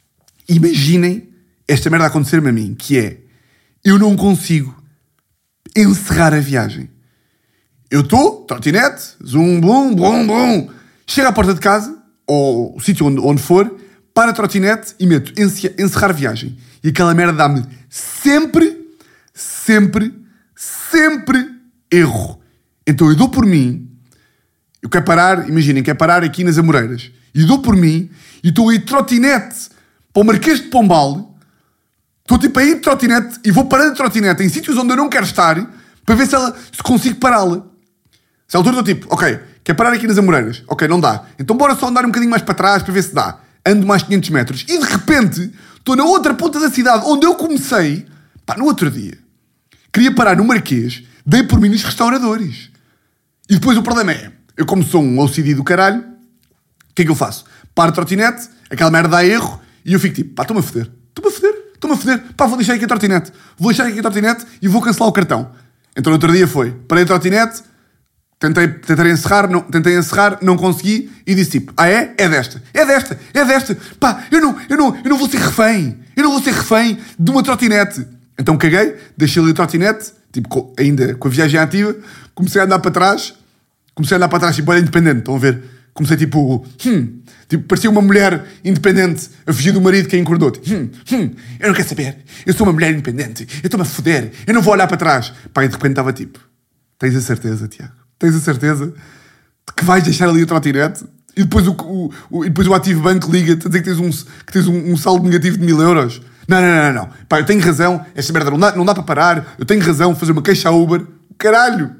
imaginem esta merda acontecer-me a mim, que é, eu não consigo encerrar a viagem. Eu estou, trotinete, zum, bum, bum, bum, chego à porta de casa, ou o sítio onde, onde for, para a trotinete e meto encerrar viagem. E aquela merda dá-me sempre, sempre, sempre erro. Então eu dou por mim, eu quero parar, imaginem, quero parar aqui nas Amoreiras, e dou por mim, e estou a ir de trotinete para o Marquês de Pombal, estou tipo a ir de trotinete, e vou parando de trotinete em sítios onde eu não quero estar, para ver se, ela, se consigo pará-la. Se a altura estou tipo, ok, quer parar aqui nas Amoreiras? Ok, não dá. Então bora só andar um bocadinho mais para trás para ver se dá. Ando mais quinhentos metros. E de repente, estou na outra ponta da cidade onde eu comecei, pá, no outro dia. Queria parar no Marquês, dei por mim nos restauradores. E depois o problema é, eu como sou um O C D do caralho, o que é que eu faço? Paro a trotinete, aquela merda dá erro, e eu fico tipo, pá, estou-me a foder. Estou-me a foder, estou-me a foder. Pá, vou deixar aqui a trotinete. Vou deixar aqui a trotinete e vou cancelar o cartão. Então no outro dia foi, parei a trotinete, Tentei, tentei encerrar, não, tentei encerrar, não consegui e disse tipo, ah é? É desta, é desta, é desta. Pá, eu não, eu não, eu não vou ser refém. Eu não vou ser refém de uma trotinete. Então caguei, deixei ali a trotinete, tipo, com, ainda com a viagem ativa, comecei a andar para trás, comecei a andar para trás, tipo, era independente, estão a ver? Comecei tipo, hum, tipo, parecia uma mulher independente a fugir do marido que a encordou. Tipo, hum, hum, eu não quero saber, eu sou uma mulher independente, eu estou-me a foder, eu não vou olhar para trás. Pá, e de repente estava tipo, tens a certeza, Tiago? Tens a certeza de que vais deixar ali a trotinete e depois o, o, o, e depois o Ativo Banco liga-te a dizer que tens, um, que tens um, um saldo negativo de mil euros? Não, não, não, não. Pá, eu tenho razão. Esta merda não dá, não dá para parar. Eu tenho razão. Fazer uma queixa à Uber. Caralho!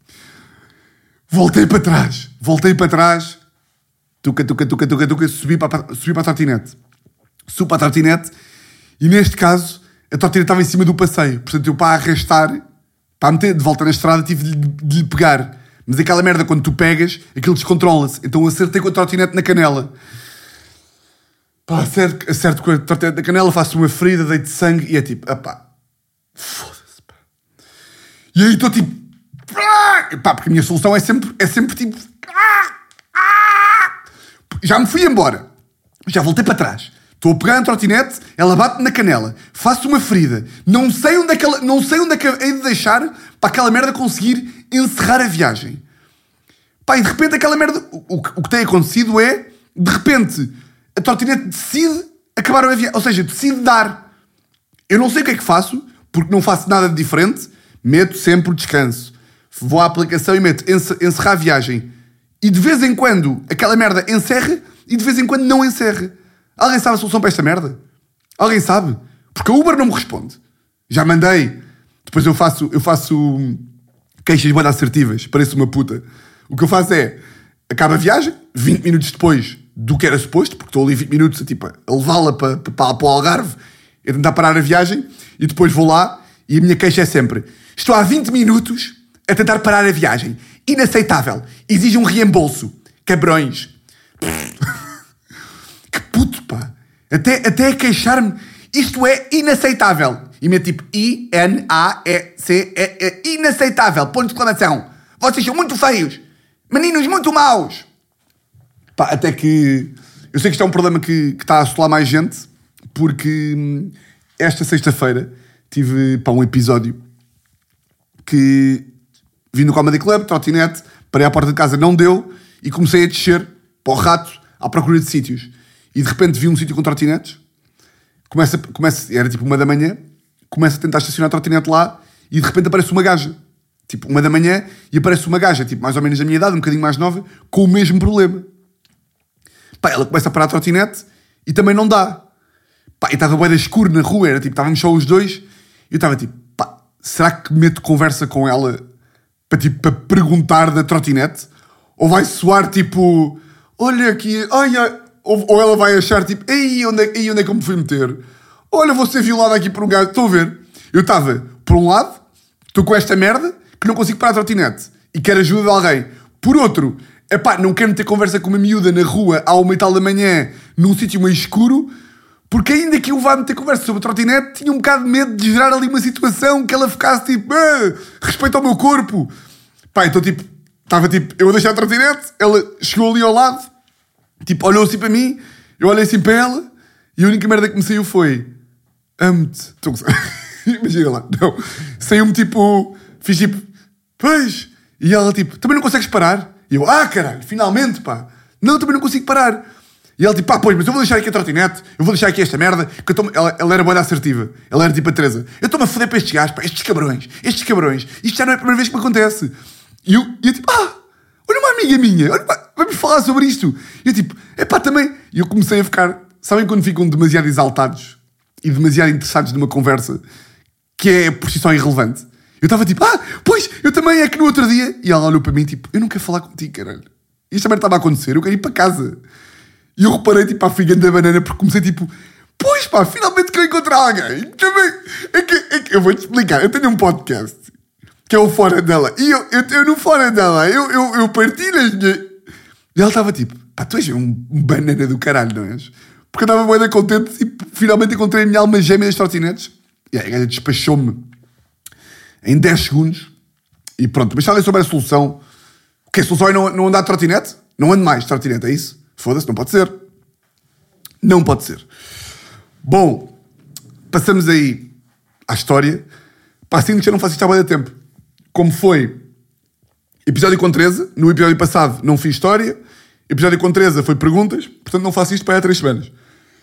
Voltei para trás. Voltei para trás. Tuca, tuca, tuca, tuca, tuca. Subi para, subi para a trotinete. Subi para a trotinete e neste caso a trotinete estava em cima do passeio. Portanto, eu para arrastar, para meter de volta na estrada, tive de, de lhe pegar. Mas aquela merda, quando tu pegas, aquilo descontrola-se. Então acertei com a trotinete na canela. Pá, acerto, acerto com a trotinete na canela, faço uma ferida, deito sangue e é tipo, ah pá, foda-se, pá. E aí estou tipo, pá, porque a minha solução é sempre, é sempre tipo, já me fui embora. Já voltei para trás. Estou a pegar na trotinete, ela bate na canela, faço uma ferida, não sei onde é que, ela, não sei onde é que hei de deixar para aquela merda conseguir encerrar a viagem. Pá, e de repente aquela merda, o, o, o que tem acontecido é, de repente, a trotinete decide acabar a viagem, ou seja, decide dar. Eu não sei o que é que faço, porque não faço nada de diferente, meto sempre o descanso. Vou à aplicação e meto encerrar a viagem. E de vez em quando aquela merda encerra e de vez em quando não encerra. Alguém sabe a solução para esta merda? Alguém sabe? Porque a Uber não me responde. Já mandei. Depois eu faço, eu faço queixas bem assertivas. Pareço uma puta. O que eu faço é, acaba a viagem, vinte minutos depois do que era suposto, porque estou ali vinte minutos tipo, a levá-la para, para, para o Algarve, a tentar parar a viagem, e depois vou lá e a minha queixa é sempre, estou há vinte minutos a tentar parar a viagem. Inaceitável. Exige um reembolso. Cabrões. Que puto, pá. Até, até a queixar-me. Isto é inaceitável. E meto tipo I N A E C E E. Inaceitável. Ponto de exclamação. Vocês são muito feios. Meninos muito maus. Pá, até que... Eu sei que isto é um problema que, que está a assolar mais gente, porque hum, esta sexta-feira tive, pá, um episódio que vim no Comedy Club, trotinete, parei à porta de casa, não deu, e comecei a descer para o rato à procura de sítios. E de repente vi um sítio com trotinetes, começa, começa, era tipo uma da manhã, começo a tentar estacionar a trotinete lá, e de repente aparece uma gaja. Tipo, uma da manhã, e aparece uma gaja, tipo, mais ou menos da minha idade, um bocadinho mais nova, com o mesmo problema. Pá, ela começa a parar a trotinete e também não dá. Pá, e estava bué escuro na rua, era tipo, estávamos só os dois, e eu estava tipo, pá, será que meto conversa com ela para, tipo, para perguntar da trotinete? Ou vai soar tipo, olha aqui, ai, ai, ou, ou ela vai achar tipo, ei, onde é, ei, onde é que eu me fui meter? Olha, vou ser violado aqui por um gajo, estão a ver? Eu estava, por um lado, estou com esta merda que não consigo parar a trotinete e quero ajuda de alguém. Por outro, epá, não quero meter conversa com uma miúda na rua à uma e tal da manhã, num sítio meio escuro, porque ainda que eu vá meter conversa sobre a trotinete, tinha um bocado de medo de gerar ali uma situação que ela ficasse tipo, ah, respeito ao meu corpo. Pá, então tipo, estava tipo, eu vou deixar a trotinete, ela chegou ali ao lado, tipo, olhou assim para mim, eu olhei assim para ela, e a única merda que me saiu foi, amo-te. Imagina lá, não. Saiu-me tipo, fiz tipo, pois, e ela tipo, também não consegues parar? E eu, ah caralho, finalmente pá, não, também não consigo parar. E ela tipo, pá, pois, mas eu vou deixar aqui a trotinete, eu vou deixar aqui esta merda, que eu tô... ela, ela era boa da assertiva, ela era tipo a Teresa, eu estou-me a foder para estes gajos, pá, estes cabrões, estes cabrões, isto já não é a primeira vez que me acontece. E eu, e eu tipo, ah, olha uma amiga minha, olha, pá, vamos falar sobre isto. E eu tipo, é pá, também, e eu comecei a ficar, sabem quando ficam demasiado exaltados e demasiado interessados numa conversa que é por si só irrelevante? Eu estava tipo, ah, pois, eu também, é que no outro dia... E ela olhou para mim tipo, eu não quero falar contigo, caralho. Isto também estava a acontecer, eu quero ir para casa. E eu reparei tipo à figa da banana porque comecei tipo, pois pá, finalmente quero encontrar alguém. Também, é que, é que, eu vou-te explicar, eu tenho um podcast que é o Fora dela. E eu, eu, eu no Fora dela, eu, eu, eu partilho as minhas... E ela estava tipo, pá, tu és um, um banana do caralho, não és? Porque eu estava bem contente e finalmente encontrei a minha alma gêmea das trotinetes. E aí a gaja despachou-me em dez segundos e pronto. Mas falei sobre a solução. O que a solução é não, não andar de trotinete? Não ando mais de trotinete, é isso? Foda-se, não pode ser. Não pode ser. Bom, passamos aí à história. Pá, sinto que já não faço isto há bué de tempo. Como foi episódio com Teresa, no episódio passado não fiz história, episódio com Teresa foi perguntas, portanto não faço isto para aí há três semanas.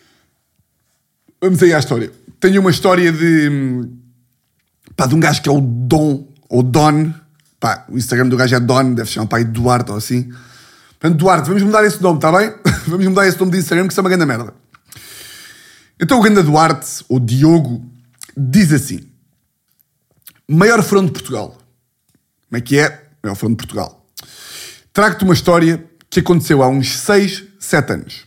Vamos aí à história. Tenho uma história de... Pá, de um gajo que é o Dom, ou Don. Pá, o Instagram do gajo é Don, deve chamar pai Duarte ou assim. Portanto, Duarte, vamos mudar esse nome, está bem? Vamos mudar esse nome de Instagram, que isso é uma grande merda. Então o grande Duarte, ou Diogo, diz assim: maior fronte de Portugal. Como é que é? Maior fronte de Portugal. Trago-te uma história que aconteceu há uns seis, sete anos.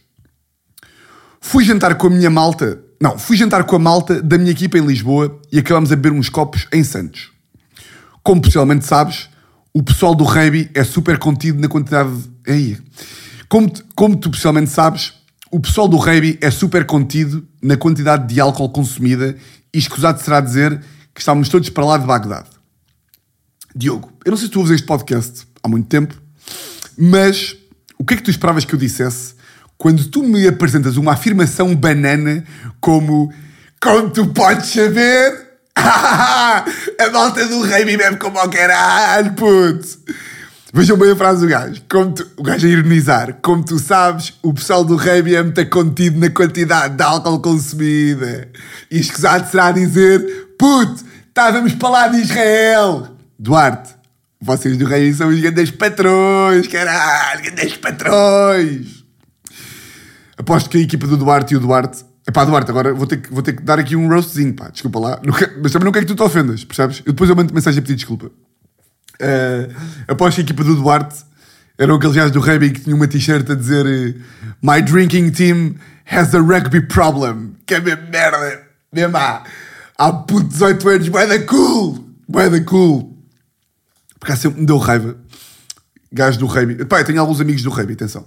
Fui jantar com a minha malta... Não, fui jantar com a malta da minha equipa em Lisboa e acabámos a beber uns copos em Santos. Como possivelmente sabes, o pessoal do rugby é super contido na quantidade... Ei. Como, como tu possivelmente sabes, o pessoal do rugby é super contido na quantidade de álcool consumida e escusado será dizer que estávamos todos para lá de Bagdade. Diogo, eu não sei se tu ouves este podcast há muito tempo, mas o que é que tu esperavas que eu dissesse quando tu me apresentas uma afirmação banana como como tu podes saber, a malta do rugby bebe como ao caralho, puto. Vejam bem a frase do gajo. Como tu, o gajo a ironizar. Como tu sabes, o pessoal do rugby é muito contido na quantidade de álcool consumida. E escusado será dizer, puto, estávamos para lá de Israel. Duarte, vocês do rugby são os grandes patrões, caralho, grandes patrões. Aposto que a equipa do Duarte e o Duarte... Epá, Duarte, agora vou ter que, vou ter que dar aqui um roastzinho, pá, desculpa lá. Não quero, mas também não quero que tu te ofendas, percebes? Eu depois eu mando mensagem a pedir desculpa. Uh, aposto que a equipa do Duarte eram aqueles gajos do rugby que tinham uma t-shirt a dizer My drinking team has a rugby problem. Que é mesmo merda. Mesmo há, há puto dezoito anos, bué da cool. Bué da cool. Porque há sempre me deu raiva. Gajos do rugby. Pá, eu tenho alguns amigos do rugby, atenção.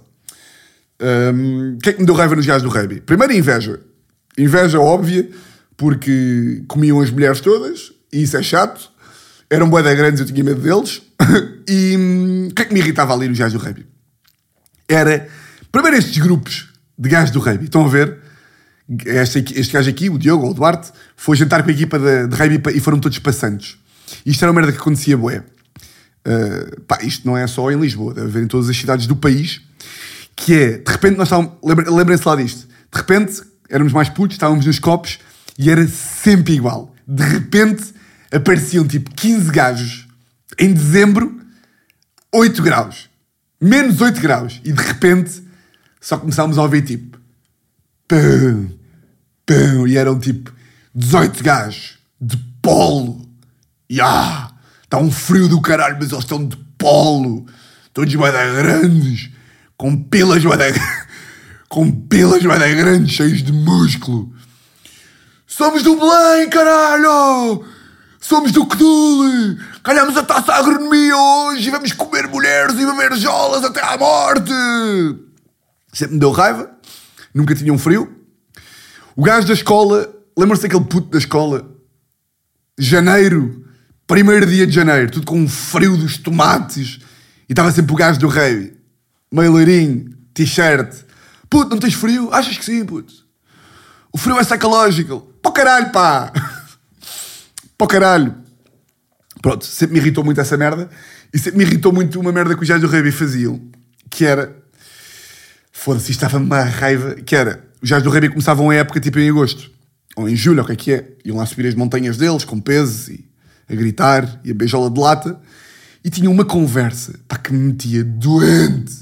Um, o que é que me deu raiva nos gajos do rugby? Primeiro, inveja. Inveja óbvia, porque comiam as mulheres todas, e isso é chato. Eram bué da grandes, eu tinha medo deles. E hum, o que é que me irritava ali nos gajos do rugby? Era, primeiro, estes grupos de gajos do rugby. Estão a ver? Este, este gajo aqui, o Diogo, ou o Duarte, foi jantar com a equipa de, de rugby e foram todos passantes. Isto era uma merda que acontecia bué. Uh, pá, isto não é só em Lisboa, deve haver em todas as cidades do país. Que é, de repente nós estávamos... Lembrem-se lá disto. De repente, éramos mais putos, estávamos nos copos e era sempre igual. De repente, apareciam tipo quinze gajos em dezembro, oito graus. Menos oito graus. E de repente, Só começámos a ouvir tipo... Pum, pum, e eram tipo dezoito gajos de polo. E ah, está um frio do caralho, mas eles estão de polo. Todos bué da grandes, com pilas bué da... com pilas bué da grandes, cheios de músculo. Somos do Belém, caralho! Somos do Cthulhu! Ganhamos a taça à agronomia hoje e vamos comer mulheres e beber jolas até à morte! Sempre me deu raiva. Nunca tinha um frio. O gajo da escola, lembra-se daquele puto da escola? Janeiro, primeiro dia de janeiro, tudo com um frio dos tomates. E estava sempre o gajo do rei, meio loirinho, t-shirt. Puto, não tens frio? Achas que sim, puto? O frio é psychological. Pá caralho, pá! Pá caralho. Pronto, sempre me irritou muito essa merda. E sempre me irritou muito uma merda que os gajos do rei faziam. Que era... Foda-se, isto estava-me uma raiva. Que era... Os gajos do rei começavam a época tipo em agosto. Ou em julho, ou o que é que é. Iam lá subir as montanhas deles, com pesos, e a gritar, e a beijola de lata. E tinham uma conversa, pá, que me metia doente.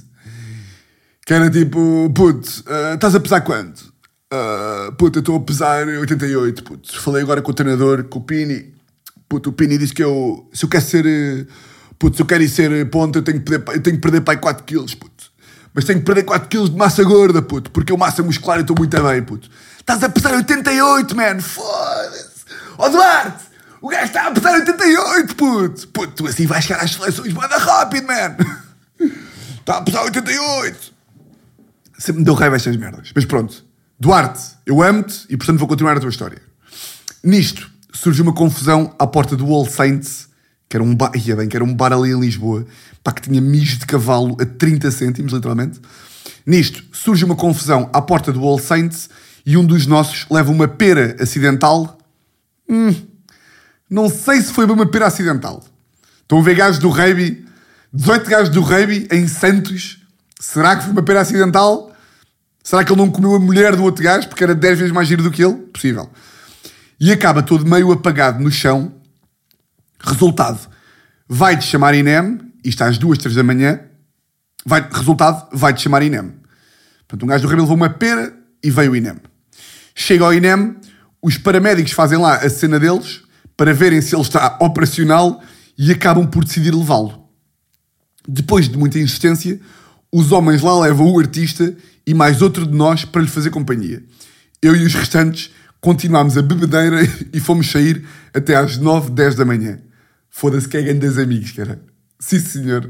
Que era tipo... Puto, uh, estás a pesar quanto? Uh, puto, eu estou a pesar oitenta e oito, puto. Falei agora com o treinador, com o Pini. Puto, o Pini disse que eu... Se eu quero ser... Puto, se eu quero ir ser ponto, eu tenho que perder, eu tenho que perder pai quatro quilos, puto. Mas tenho que perder quatro quilos de massa gorda, puto. Porque eu massa muscular e estou muito bem, puto. Estás a pesar oitenta e oito, man. Foda-se. Ó Duarte, o gajo está a pesar oitenta e oito, puto. Puto, tu assim vais chegar às seleções bada rápido, man. Está a pesar oitenta e oito. Sempre me deu raiva estas merdas. Mas pronto. Duarte, eu amo-te e portanto vou continuar a tua história. Nisto, surge uma confusão à porta do All Saints, que era um bar, ia bem, que era um bar ali em Lisboa, pá, que tinha mijo de cavalo a trinta cêntimos, literalmente. Nisto, surge uma confusão à porta do All Saints e um dos nossos leva uma pera acidental. Hum, não sei se foi uma pera acidental. Estão a ver gajos do rugby, dezoito gajos do rugby em Santos. Será que foi uma pera acidental? Será que ele não comeu a mulher do outro gajo porque era dez vezes mais giro do que ele? Possível. E acaba todo meio apagado no chão. Resultado, vai-te chamar I N E M, isto às duas, três da manhã. Vai, resultado, vai-te chamar I N E M. Portanto, um gajo do rugby levou uma pera e veio o I N E M. Chega ao I N E M, os paramédicos fazem lá a cena deles para verem se ele está operacional e acabam por decidir levá-lo. Depois de muita insistência, os homens lá levam o artista e mais outro de nós para lhe fazer companhia. Eu e os restantes continuámos a bebedeira e fomos sair até às nove, dez da manhã. Foda-se que é grandes amigos, cara. Sim, senhor.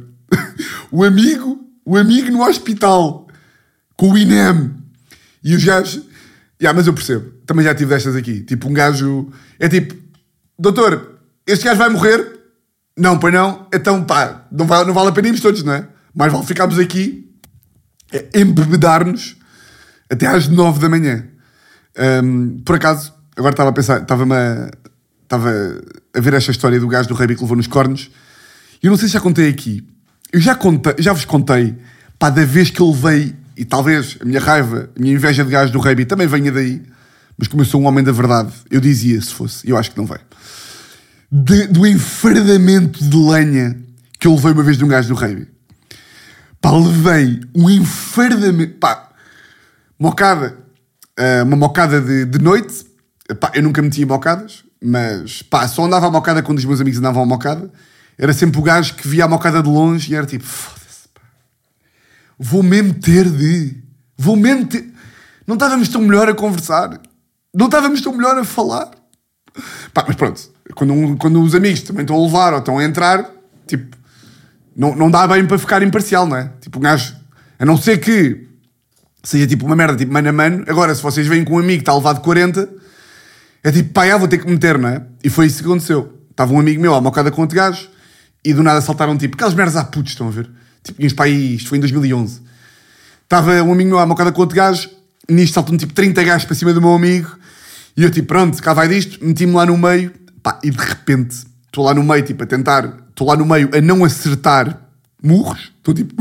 O amigo, o amigo no hospital, com o I N E M. E os gajos... Yeah, mas eu percebo. Também já tive destas aqui. Tipo, um gajo... É tipo... Doutor, este gajo vai morrer? Não, pois não. Então, pá, não vale, não vale a pena irmos todos, não é? Mais vale ficarmos aqui, é, embebedar-nos até às nove da manhã. Um, por acaso, agora estava a pensar... Estava-me a... Estava a ver esta história do gajo do rugby que levou nos cornos. E eu não sei se já contei aqui. Eu já, contei, já vos contei, pá, da vez que eu levei, e talvez a minha raiva, a minha inveja de gajo do rugby também venha daí, mas como eu sou um homem da verdade, eu dizia se fosse, e eu acho que não veio. De, do enfardamento de lenha que eu levei uma vez de um gajo do rugby. Pá, levei um enfardamento, pá, mocada, uma mocada de, de noite, pá, eu nunca metia mocadas, mas, pá, só andava a mocada quando os meus amigos andavam a mocada. Era sempre o gajo que via a mocada de longe e era tipo, foda-se, pá. Vou mesmo ter de... Vou mesmo ter... Não estávamos tão melhor a conversar. Não estávamos tão melhor a falar. Pá, mas pronto. Quando, um, quando os amigos também estão a levar ou estão a entrar, tipo... Não, não dá bem para ficar imparcial, não é? Tipo, um gajo... A não ser que seja tipo uma merda, tipo mano a mano. Agora, se vocês veem com um amigo que está a levar de quarenta... É tipo, pá, já vou ter que meter, não é? E foi isso que aconteceu. Estava um amigo meu à mocada com outro gajo e do nada saltaram tipo, aquelas merdas à putos, estão a ver? Tipo, tínhamos para aí, isto foi em dois mil e onze. Estava um amigo meu à mocada com outro gajo, nisto saltam tipo trinta gajos para cima do meu amigo e eu tipo, pronto, cá vai disto, meti-me lá no meio, pá, e de repente estou lá no meio, tipo, a tentar, estou lá no meio a não acertar murros, estou tipo,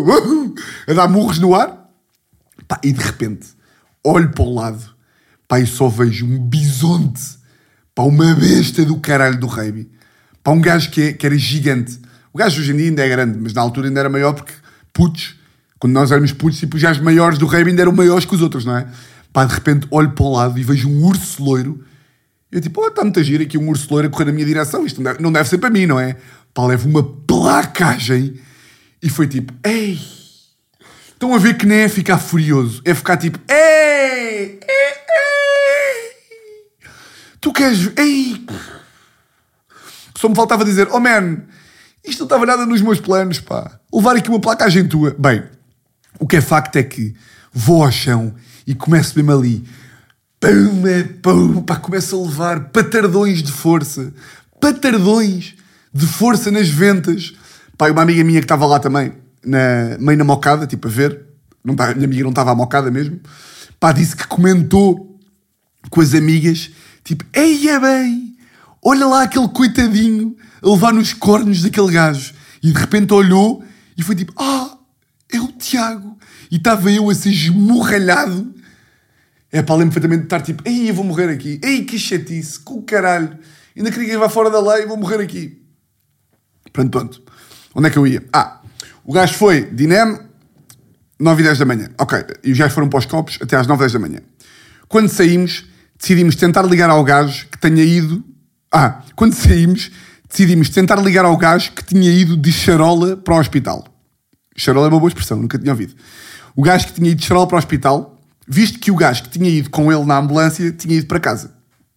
a dar murros no ar, pá, e de repente olho para o lado. Pá, e só vejo um bisonte. Pá, uma besta do caralho do rugby. Pá, um gajo que, é, que era gigante. O gajo hoje em dia ainda é grande, mas na altura ainda era maior porque, putos, Quando nós éramos putos, tipo, já os maiores do rap ainda eram maiores que os outros, não é? Pá, de repente olho para o lado e vejo um urso loiro. Eu tipo, oh, está muito a giro aqui um urso loiro a correr na minha direção. Isto não deve, não deve ser para mim, não é? Pá, levo uma placagem e foi tipo, ei... Estão a ver que nem é ficar furioso. É ficar tipo, ei, ei, ei. Tu queres, ei. Só me faltava dizer, oh man, isto não estava nada nos meus planos, pá. Levar aqui uma placagem tua. Bem, o que é facto é que vou ao chão e começo mesmo ali. Pum, pum, pá, começo a levar patardões de força. Patardões de força nas ventas. Pá, uma amiga minha que estava lá também. Na, meio na mocada, tipo a ver, não tá, a minha amiga não estava à mocada mesmo, pá, disse que comentou com as amigas, tipo, eia bem, olha lá aquele coitadinho a levar nos cornos daquele gajo, e de repente olhou e foi tipo, ah, é o Tiago, e estava eu a ser esmurralhado, é pá, lembro perfeitamente de estar tipo, ei, eu vou morrer aqui, ei, que chatice, com o caralho, ainda queria que vá fora da lei, vou morrer aqui. Pronto, pronto, onde é que eu ia? Ah, o gajo foi de Inem, nove e dez da manhã. Ok, e os gajos foram para os copos até às nove e dez da manhã. Quando saímos, decidimos tentar ligar ao gajo que tenha ido... Ah, quando saímos, decidimos tentar ligar ao gajo que tinha ido de charola para o hospital. Charola é uma boa expressão, nunca tinha ouvido. O gajo que tinha ido de charola para o hospital, visto que o gajo que tinha ido com ele na ambulância tinha ido para casa.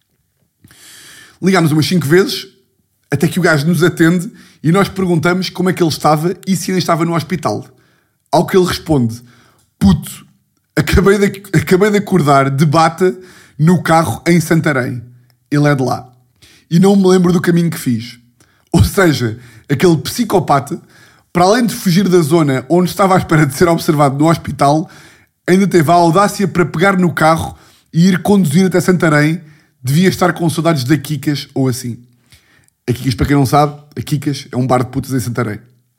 Ligámos umas cinco vezes, até que o gajo nos atende e nós perguntamos como é que ele estava e se ainda estava no hospital. Ao que ele responde, puto, acabei de, acabei de acordar de bata no carro em Santarém. Ele é de lá. E não me lembro do caminho que fiz. Ou seja, aquele psicopata, para além de fugir da zona onde estava à espera de ser observado no hospital, ainda teve a audácia para pegar no carro e ir conduzir até Santarém. Devia estar com saudades da Kikas ou assim. A Kikas, para quem não sabe, a Kikas é um bar de putas em Santarém.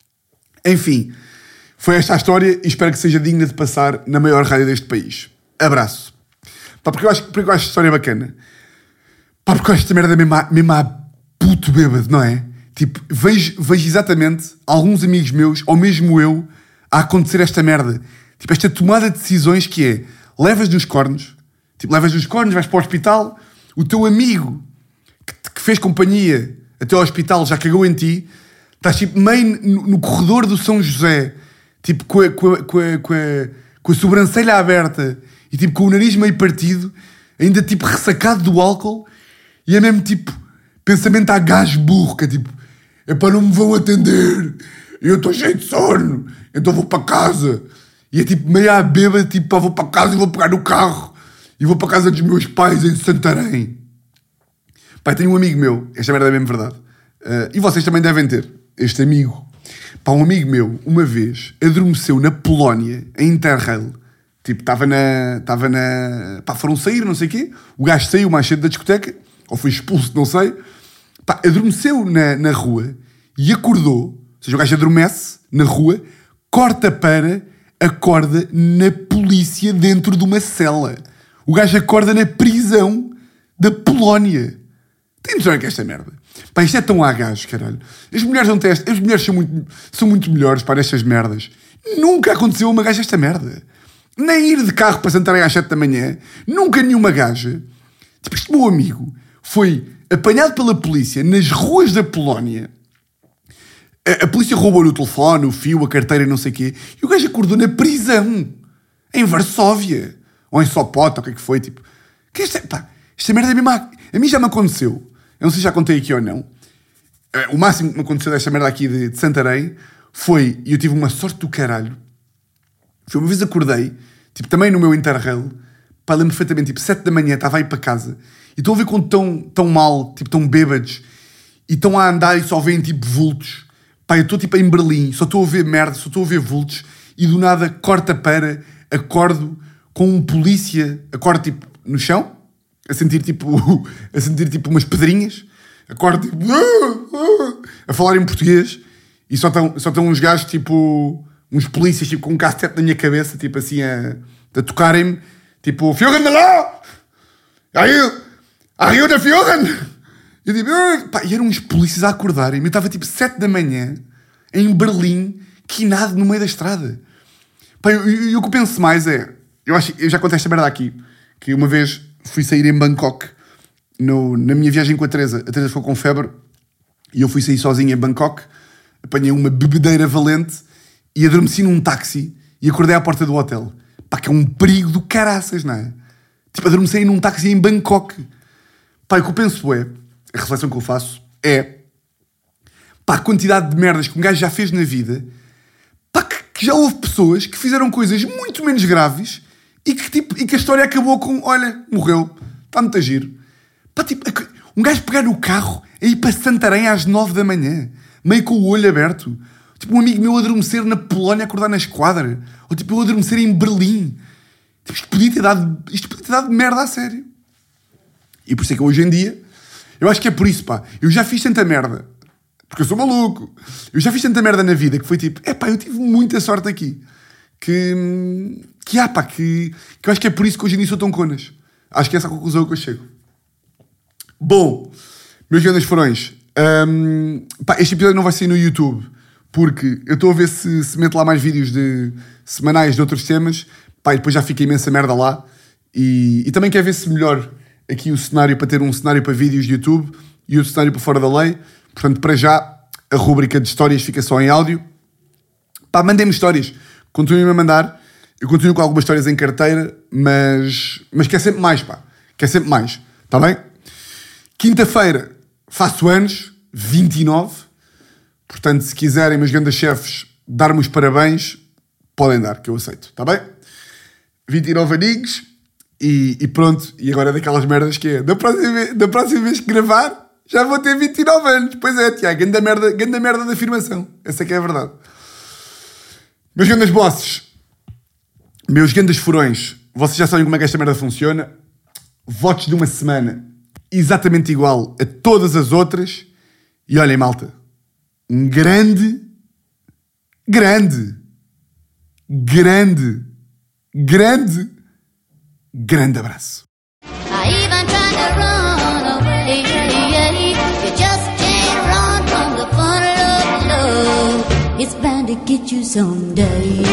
Enfim, foi esta a história e espero que seja digna de passar na maior rádio deste país. Abraço. Pá, porque eu acho, porque eu acho a história bacana. Pá, porque eu acho esta merda mesmo a, mesmo a puto bêbado, não é? Tipo, vejo, vejo exatamente alguns amigos meus, ou mesmo eu, a acontecer esta merda. Tipo, esta tomada de decisões que é, levas nos cornos, tipo, levas nos cornos, vais para o hospital, o teu amigo que, que fez companhia até ao hospital já cagou em ti, estás tipo meio no, no corredor do São José, tipo com a, com, a, com, a, com, a, com a sobrancelha aberta e tipo com o nariz meio partido, ainda tipo ressacado do álcool, e é mesmo tipo pensamento a gajo burro, que é tipo, epá, não me vão atender, eu estou cheio de sono, então vou para casa. E é tipo meio à bêbada, tipo, pá, vou para casa e vou pegar no carro e vou para casa dos meus pais em Santarém. Pá, tenho um amigo meu, esta merda é mesmo verdade, uh, e vocês também devem ter, este amigo. Pá, um amigo meu, uma vez, adormeceu na Polónia, em Interrail. Tipo, estava na... Estava na... Pá, foram sair, não sei o quê. O gajo saiu mais cedo da discoteca, ou foi expulso, não sei. Pá, adormeceu na, na rua e acordou. Ou seja, o gajo adormece na rua, corta para, acorda na polícia dentro de uma cela. O gajo acorda na prisão da Polónia. Tem noção que esta merda? Pá, isto é tão a gajo, caralho. As mulheres não têm esta... As mulheres são muito, são muito melhores para estas merdas. Nunca aconteceu a uma gaja esta merda. Nem ir de carro para Santarém às sete da manhã. Nunca nenhuma gaja. Tipo, este meu amigo foi apanhado pela polícia nas ruas da Polónia. A, a polícia roubou-lhe o telefone, o fio, a carteira e não sei o quê. E o gajo acordou na prisão. Em Varsóvia. Ou em Sopot, ou o que é que foi, tipo... Que esta, pá, esta merda é mesmo... A, a mim já me aconteceu. Eu não sei se já contei aqui ou não. O máximo que me aconteceu desta merda aqui de, de Santarém foi... E eu tive uma sorte do caralho. Foi uma vez acordei, tipo, também no meu Interrail, pá, lembro perfeitamente, tipo, sete da manhã, estava a ir para casa, e estou a ver quando estão tão mal, tipo, tão bêbados, e estão a andar e só veem, tipo, vultos. Pá, eu estou, tipo, em Berlim, só estou a ver merda, só estou a ver vultos, e do nada, corta para, acordo com um polícia, acordo, tipo, no chão, a sentir, tipo, a sentir, tipo, umas pedrinhas, acordo, tipo, a falar em português, e só estão, só estão uns gajos, tipo... uns polícias, tipo, com um cassete na minha cabeça, tipo, assim, a, a tocarem-me, tipo, Führen lá! Aí, aí, da Führen! Eu digo, pá, e eram uns polícias a acordarem-me. Eu estava, tipo, sete da manhã, em Berlim, quinado no meio da estrada. Pá, e o que eu penso mais é... Eu, acho, eu já contei esta merda aqui. Que uma vez fui sair em Bangkok. No, na minha viagem com a Teresa. A Teresa ficou com febre. E eu fui sair sozinho em Bangkok. Apanhei uma bebedeira valente. E adormeci num táxi. E acordei à porta do hotel. Pá, que é um perigo do caraças, não é? Tipo, adormeci num táxi em Bangkok. Pá, o que eu penso é... A reflexão que eu faço é... Pá, a quantidade de merdas que um gajo já fez na vida... Pá, que, que já houve pessoas que fizeram coisas muito menos graves... E que, tipo, e que a história acabou com... Olha, morreu. Está muito a giro. Pá, tipo, um gajo pegar no carro e ir para Santarém às nove da manhã. Meio com o olho aberto. Tipo, um amigo meu adormecer na Polónia, acordar na esquadra. Ou tipo, eu adormecer em Berlim. Tipo, isto podia ter dado... Isto podia ter dado merda a sério. E por isso é que hoje em dia... Eu acho que é por isso, pá. Eu já fiz tanta merda. Porque eu sou maluco. Eu já fiz tanta merda na vida que foi tipo... É pá, eu tive muita sorte aqui. Que... Que há, pá, que, que eu acho que é por isso que hoje em dia sou tão conas. Acho que é essa a conclusão que eu chego. Bom, meus grandes furões, um, pá, este episódio não vai sair no YouTube, porque eu estou a ver se, se meto lá mais vídeos de, semanais de outros temas, pá, e depois já fica imensa merda lá. E, e também quero ver se melhor aqui o cenário para ter um cenário para vídeos de YouTube e outro cenário para fora da lei. Portanto, para já, a rúbrica de histórias fica só em áudio. Pá, mandem-me histórias. Continuem a mandar. Eu continuo com algumas histórias em carteira, mas, mas quer sempre mais, pá. Quer sempre mais. Está bem? Quinta-feira faço anos, vinte e nove. Portanto, se quiserem, meus grandes chefes, dar-me os parabéns, podem dar, que eu aceito. Está bem? vinte e nove aninhos e, e pronto. E agora é daquelas merdas que é, da próxima, vez, da próxima vez que gravar, já vou ter vinte e nove anos. Pois é, Tiago, ganda merda, ganda merda da afirmação. Essa é que é a verdade. Meus grandes bosses, meus grandes furões, vocês já sabem como é que esta merda funciona. Votos de uma semana exatamente igual a todas as outras. E olhem, malta, um grande, grande, grande, grande, grande abraço. It's bound to get you someday.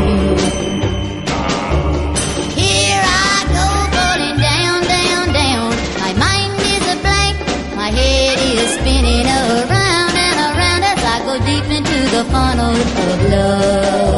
Here I go, falling down, down, down. My mind is a blank, my head is spinning around and around as I go deep into the funnel of love.